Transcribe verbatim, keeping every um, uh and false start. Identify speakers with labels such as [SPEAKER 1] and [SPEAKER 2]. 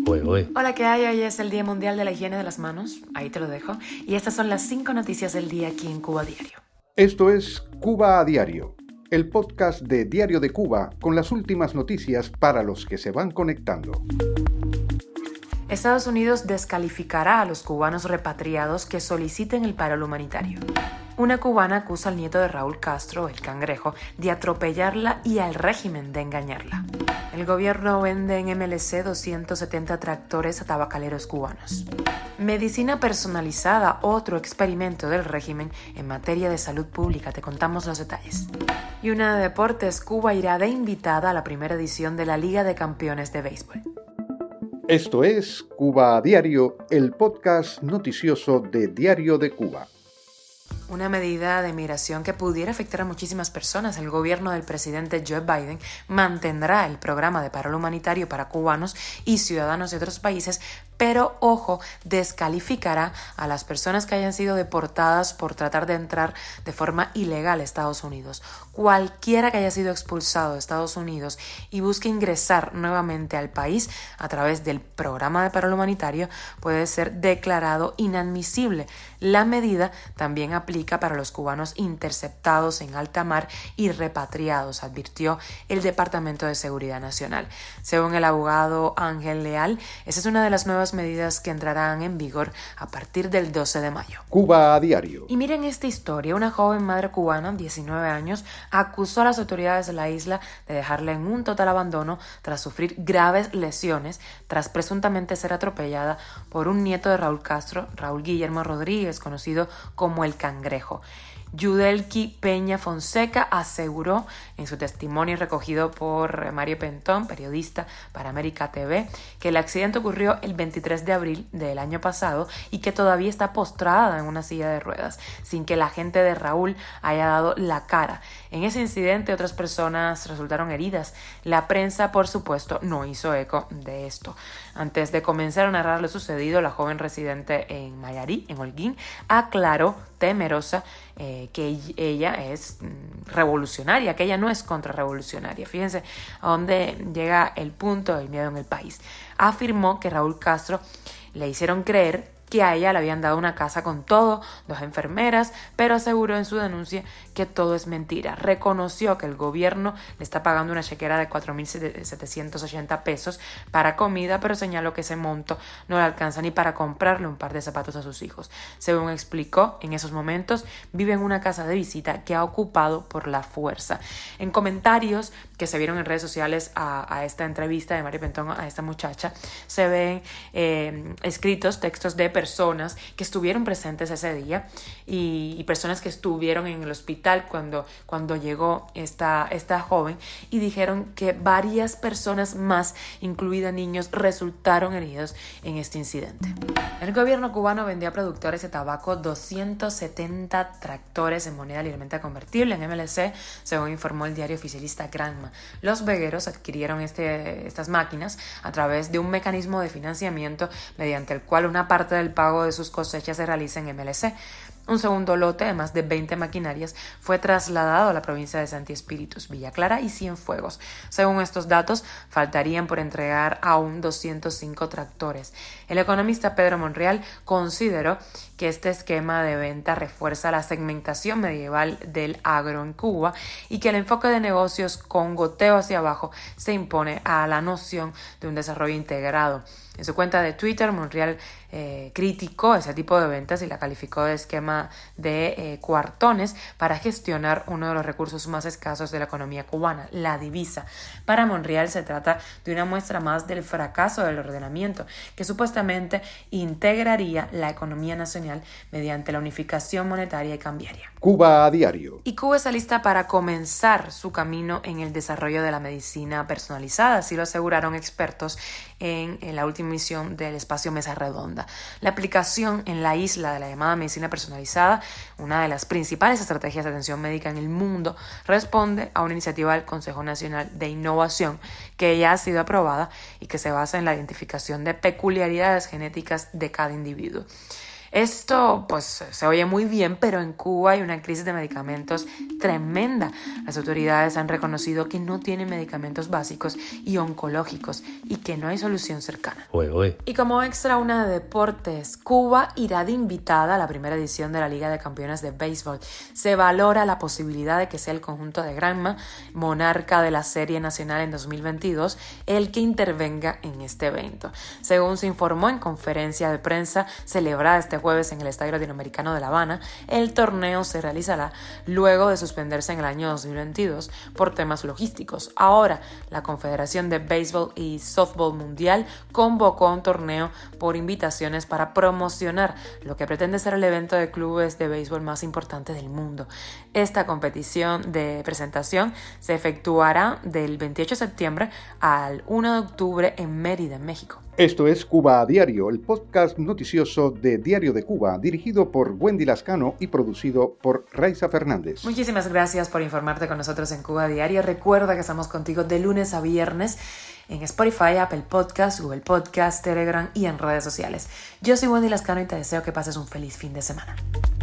[SPEAKER 1] Juego, eh.
[SPEAKER 2] Hola, ¿qué hay? Hoy es el Día Mundial de la Higiene de las Manos. Ahí te lo dejo. Y estas son las cinco noticias del día aquí en Cuba Diario.
[SPEAKER 3] Esto es Cuba a Diario, el podcast de Diario de Cuba con las últimas noticias para los que se van conectando.
[SPEAKER 2] Estados Unidos descalificará a los cubanos repatriados que soliciten el paro humanitario. Una cubana acusa al nieto de Raúl Castro, el Cangrejo, de atropellarla y al régimen de engañarla. El gobierno vende en M L C doscientos setenta tractores a tabacaleros cubanos. Medicina personalizada, otro experimento del régimen en materia de salud pública. Te contamos los detalles. Y una de deportes, Cuba irá de invitada a la primera edición de la Liga de Campeones de Béisbol.
[SPEAKER 3] Esto es Cuba a Diario, el podcast noticioso de Diario de Cuba.
[SPEAKER 2] Una medida de migración que pudiera afectar a muchísimas personas. El gobierno del presidente Joe Biden mantendrá el programa de paro humanitario para cubanos y ciudadanos de otros países, pero, ojo, descalificará a las personas que hayan sido deportadas por tratar de entrar de forma ilegal a Estados Unidos. Cualquiera que haya sido expulsado de Estados Unidos y busque ingresar nuevamente al país a través del programa de paro humanitario puede ser declarado inadmisible. La medida también aplica para los cubanos interceptados en alta mar y repatriados, advirtió el Departamento de Seguridad Nacional. Según el abogado Ángel Leal, esa es una de las nuevas medidas que entrarán en vigor a partir del doce de mayo.
[SPEAKER 3] Cuba a Diario.
[SPEAKER 2] Y miren esta historia. Una joven madre cubana, diecinueve años, acusó a las autoridades de la isla de dejarla en un total abandono tras sufrir graves lesiones, tras presuntamente ser atropellada por un nieto de Raúl Castro, Raúl Guillermo Rodríguez, conocido como el Cangrejo. Yudelki Peña Fonseca aseguró en su testimonio recogido por Mario Pentón, periodista para América T V, que el accidente ocurrió el veintitrés de abril del año pasado y que todavía está postrada en una silla de ruedas, sin que la agente de Raúl haya dado la cara. En ese incidente otras personas resultaron heridas. La prensa, por supuesto, no hizo eco de esto. Antes de comenzar a narrar lo sucedido, la joven residente en Mayarí, en Holguín, aclaró temerosa eh, que ella es mm, revolucionaria, que ella no es contrarrevolucionaria. Fíjense a dónde llega el punto del miedo en el país. Afirmó que Raúl Castro le hicieron creer que a ella le habían dado una casa con todo, dos enfermeras, pero aseguró en su denuncia que todo es mentira. Reconoció que el gobierno le está pagando una chequera de cuatro mil setecientos ochenta pesos para comida, pero señaló que ese monto no le alcanza ni para comprarle un par de zapatos a sus hijos. Según explicó, en esos momentos vive en una casa de visita que ha ocupado por la fuerza. En comentarios que se vieron en redes sociales a, a esta entrevista de Mario Pentón a esta muchacha, se ven eh, escritos textos de personas que estuvieron presentes ese día y, y personas que estuvieron en el hospital cuando, cuando llegó esta, esta joven, y dijeron que varias personas más, incluidos niños, resultaron heridos en este incidente. El gobierno cubano vendió a productores de tabaco doscientos setenta tractores en moneda libremente convertible en M L C, según informó el diario oficialista Granma. Los vegueros adquirieron este, estas máquinas a través de un mecanismo de financiamiento mediante el cual una parte del el pago de sus cosechas se realiza en M L C. Un segundo lote de más de veinte maquinarias fue trasladado a la provincia de Santi Espíritus, Villa Clara y Cienfuegos. Según estos datos, faltarían por entregar aún doscientos cinco tractores. El economista Pedro Monreal consideró que este esquema de venta refuerza la segmentación medieval del agro en Cuba y que el enfoque de negocios con goteo hacia abajo se impone a la noción de un desarrollo integrado. En su cuenta de Twitter, Monreal eh, criticó ese tipo de ventas y la calificó de esquema de eh, cuartones para gestionar uno de los recursos más escasos de la economía cubana, la divisa. Para Monreal se trata de una muestra más del fracaso del ordenamiento, que supuestamente integraría la economía nacional mediante la unificación monetaria y cambiaria.
[SPEAKER 3] Cuba a Diario.
[SPEAKER 2] Y Cuba está lista para comenzar su camino en el desarrollo de la medicina personalizada, así lo aseguraron expertos en, en la última emisión del espacio Mesa Redonda. La aplicación en la isla de la llamada medicina personalizada, una de las principales estrategias de atención médica en el mundo, responde a una iniciativa del Consejo Nacional de Innovación que ya ha sido aprobada y que se basa en la identificación de peculiaridades genéticas de cada individuo. Esto pues se oye muy bien, pero en Cuba hay una crisis de medicamentos tremenda. Las autoridades han reconocido que no tienen medicamentos básicos y oncológicos y que no hay solución cercana.
[SPEAKER 1] Oye, oye.
[SPEAKER 2] Y como extra una de deportes, Cuba irá de invitada a la primera edición de la Liga de Campeones de Béisbol. Se valora la posibilidad de que sea el conjunto de Granma, monarca de la Serie Nacional en dos mil veintidós, el que intervenga en este evento. Según se informó en conferencia de prensa celebrada este jueves en el Estadio Latinoamericano de La Habana, el torneo se realizará luego de suspenderse en el año dos mil veintidós por temas logísticos. Ahora, la Confederación de Béisbol y Softball Mundial convocó un torneo por invitaciones para promocionar lo que pretende ser el evento de clubes de béisbol más importante del mundo. Esta competición de presentación se efectuará del veintiocho de septiembre al uno de octubre en Mérida, en México.
[SPEAKER 3] Esto es Cuba a Diario, el podcast noticioso de Diario de Cuba, dirigido por Wendy Lascano y producido por Raiza Fernández.
[SPEAKER 2] Muchísimas gracias por informarte con nosotros en Cuba a Diario. Recuerda que estamos contigo de lunes a viernes en Spotify, Apple Podcasts, Google Podcasts, Telegram y en redes sociales. Yo soy Wendy Lascano y te deseo que pases un feliz fin de semana.